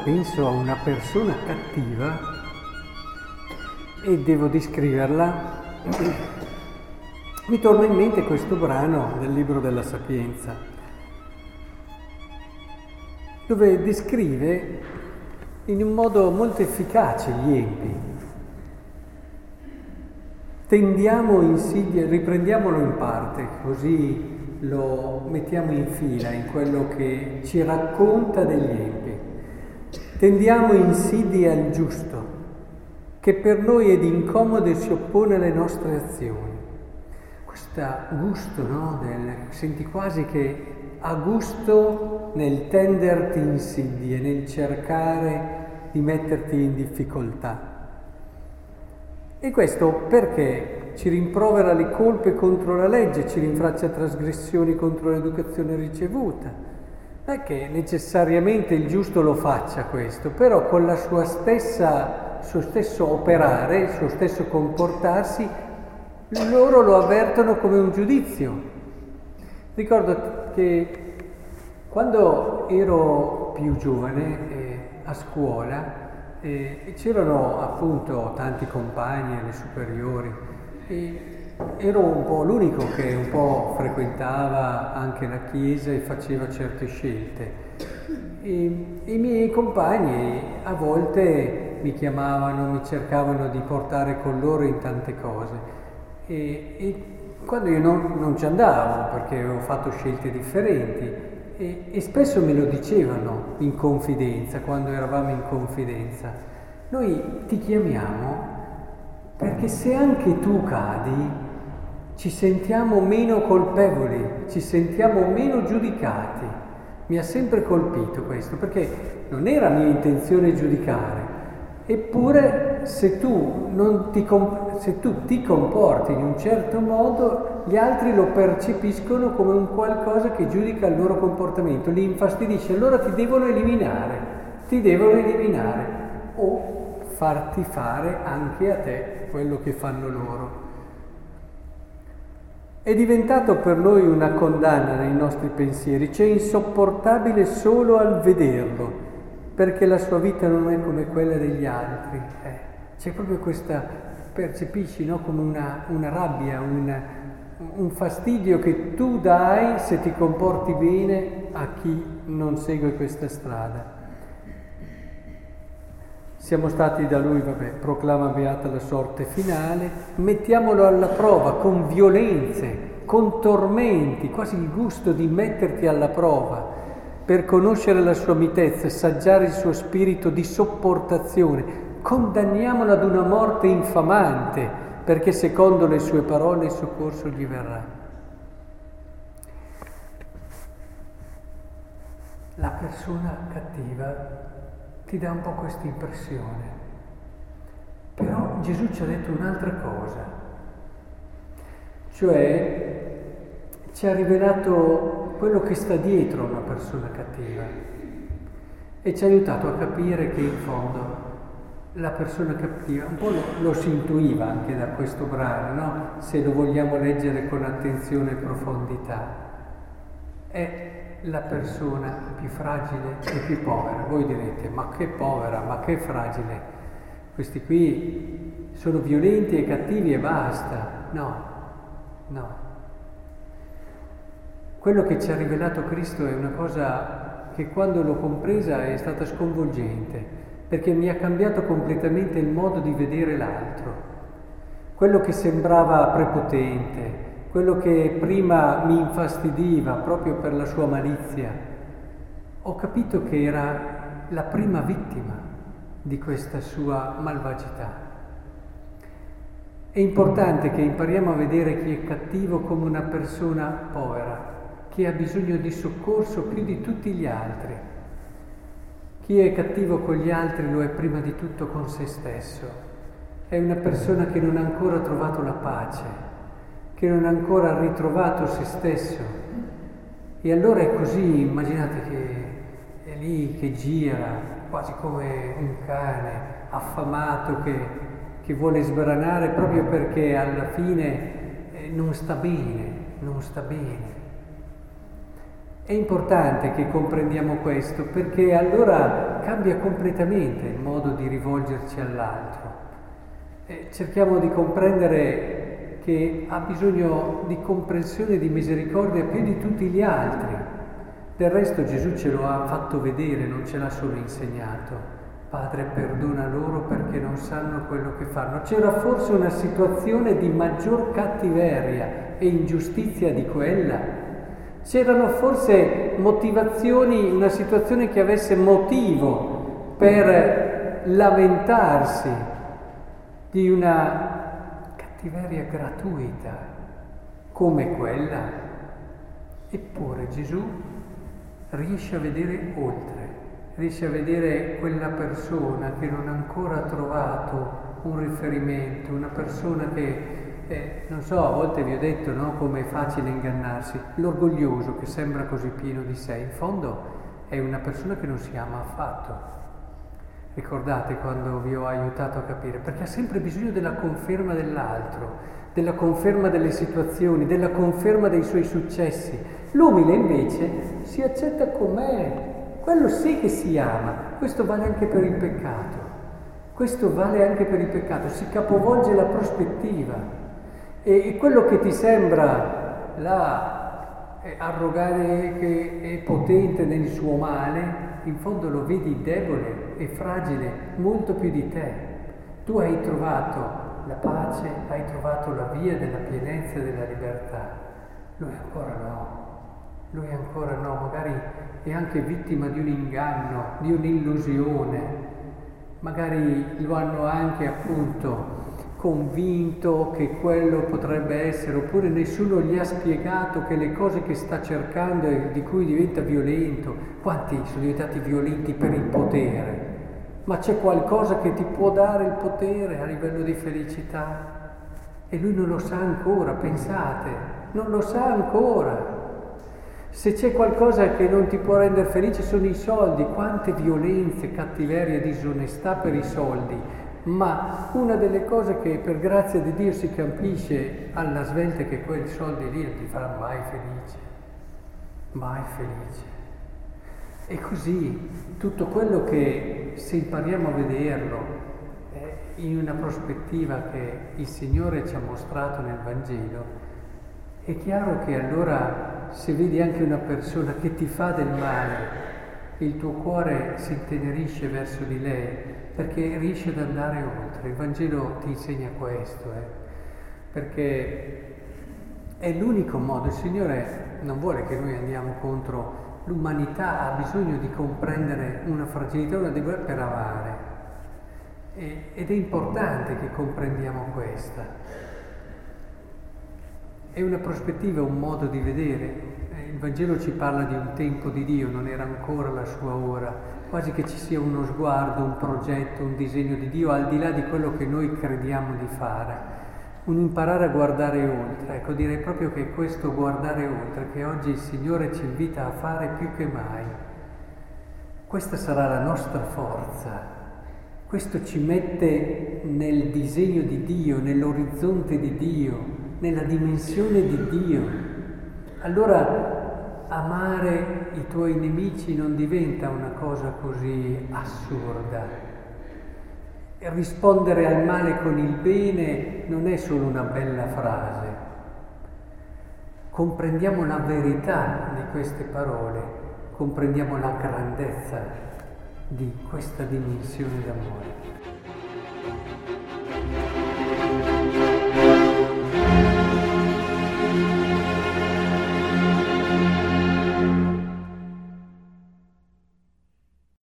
penso a una persona cattiva e devo descriverla, mi torna in mente questo brano del Libro della Sapienza, dove descrive in un modo molto efficace gli empi. Tendiamo insidie, riprendiamolo in parte, così lo mettiamo in fila in quello che ci racconta degli empi. Tendiamo insidie al giusto, che per noi è d'incomodo e si oppone alle nostre azioni. Questo gusto, no? Senti quasi che ha gusto nel tenderti insidie, nel cercare di metterti in difficoltà. E questo perché ci rimprovera le colpe contro la legge, ci rinfaccia trasgressioni contro l'educazione ricevuta. Non è che necessariamente il giusto lo faccia questo, però con la suo stesso operare, il suo stesso comportarsi, loro lo avvertono come un giudizio. Ricordo che quando ero più giovane a scuola c'erano appunto tanti compagni alle superiori e ero un po' l'unico che un po' frequentava anche la chiesa e faceva certe scelte. E i miei compagni a volte mi chiamavano, mi cercavano di portare con loro in tante cose e quando io non ci andavo perché avevo fatto scelte differenti e spesso me lo dicevano in confidenza, quando eravamo in confidenza. Noi ti chiamiamo perché se anche tu cadi ci sentiamo meno colpevoli, ci sentiamo meno giudicati. Mi ha sempre colpito questo, perché non era mia intenzione giudicare, eppure se tu ti comporti in un certo modo, gli altri lo percepiscono come un qualcosa che giudica il loro comportamento, li infastidisce, allora ti devono eliminare o farti fare anche a te quello che fanno loro. È diventato per noi una condanna nei nostri pensieri, c'è insopportabile solo al vederlo, perché la sua vita non è come quella degli altri. C'è proprio questa, percepisci, no? Come una rabbia, un fastidio che tu dai se ti comporti bene a chi non segue questa strada. Siamo stati da lui, proclama beata la sorte finale, mettiamolo alla prova con violenze, con tormenti, quasi il gusto di metterti alla prova, per conoscere la sua mitezza, assaggiare il suo spirito di sopportazione. Condanniamolo ad una morte infamante, perché secondo le sue parole il soccorso gli verrà. La persona cattiva ti dà un po' questa impressione, però Gesù ci ha detto un'altra cosa, cioè ci ha rivelato quello che sta dietro a una persona cattiva e ci ha aiutato a capire che in fondo la persona cattiva, un po' lo si intuiva anche da questo brano, no? Se lo vogliamo leggere con attenzione e profondità, è la persona più fragile e più povera. Voi direte, ma che povera, ma che fragile, questi qui sono violenti e cattivi e basta. No. Quello che ci ha rivelato Cristo è una cosa che quando l'ho compresa è stata sconvolgente, perché mi ha cambiato completamente il modo di vedere l'altro. Quello che sembrava prepotente, quello che prima mi infastidiva proprio per la sua malizia, ho capito che era la prima vittima di questa sua malvagità. È importante che impariamo a vedere chi è cattivo come una persona povera, che ha bisogno di soccorso più di tutti gli altri. Chi è cattivo con gli altri lo è prima di tutto con se stesso. È una persona che non ha ancora trovato la pace, che non ha ancora ritrovato se stesso. E allora è così, immaginate che è lì che gira, quasi come un cane affamato che vuole sbranare proprio perché alla fine non sta bene. È importante che comprendiamo questo, perché allora cambia completamente il modo di rivolgerci all'altro. Cerchiamo di comprendere che ha bisogno di comprensione e di misericordia più di tutti gli altri. Del resto Gesù ce lo ha fatto vedere, non ce l'ha solo insegnato. Padre, perdona loro perché non sanno quello che fanno. C'era forse una situazione di maggior cattiveria e ingiustizia di quella? C'erano forse motivazioni, una situazione che avesse motivo per lamentarsi di una cattiveria gratuita come quella? Eppure Gesù riesce a vedere oltre, riesce a vedere quella persona che non ha ancora trovato un riferimento, una persona che non so, a volte vi ho detto, no, come è facile ingannarsi. L'orgoglioso che sembra così pieno di sé, in fondo è una persona che non si ama affatto. Ricordate quando vi ho aiutato a capire? Perché ha sempre bisogno della conferma dell'altro, della conferma delle situazioni, della conferma dei suoi successi. L'umile invece si accetta com'è, quello sì che si ama. Questo vale anche per il peccato. Questo vale anche per il peccato, si capovolge la prospettiva. E quello che ti sembra arrogare che è potente nel suo male, in fondo lo vedi debole e fragile molto più di te. Tu hai trovato la pace, hai trovato la via della pienezza e della libertà. Lui ancora no, magari è anche vittima di un inganno, di un'illusione. Magari lo hanno anche appunto convinto che quello potrebbe essere, oppure nessuno gli ha spiegato che le cose che sta cercando e di cui diventa violento. Quanti sono diventati violenti per il potere? Ma c'è qualcosa che ti può dare il potere a livello di felicità? E lui non lo sa ancora, pensate, non lo sa ancora. Se c'è qualcosa che non ti può rendere felice sono i soldi. Quante violenze, cattiverie e disonestà per i soldi. Ma una delle cose che per grazia di Dio si capisce alla svelta è che quei soldi lì non ti faranno mai felice. Mai felice. E così tutto quello che, se impariamo a vederlo in una prospettiva che il Signore ci ha mostrato nel Vangelo, è chiaro che allora se vedi anche una persona che ti fa del male, il tuo cuore si intenerisce verso di lei perché riesce ad andare oltre. Il Vangelo ti insegna questo, perché è l'unico modo. Il Signore non vuole che noi andiamo contro l'umanità, ha bisogno di comprendere una fragilità, una debolezza per amare. Ed è importante che comprendiamo questa. È una prospettiva, un modo di vedere. Il Vangelo ci parla di un tempo di Dio, non era ancora la sua ora, quasi che ci sia uno sguardo, un progetto, un disegno di Dio al di là di quello che noi crediamo di fare, un imparare a guardare oltre. Ecco, direi proprio che è questo guardare oltre che oggi il Signore ci invita a fare più che mai. Questa sarà la nostra forza, questo ci mette nel disegno di Dio, nell'orizzonte di Dio, nella dimensione di Dio. Allora amare i tuoi nemici non diventa una cosa così assurda. Rispondere al male con il bene non è solo una bella frase. Comprendiamo la verità di queste parole, comprendiamo la grandezza di questa dimensione d'amore.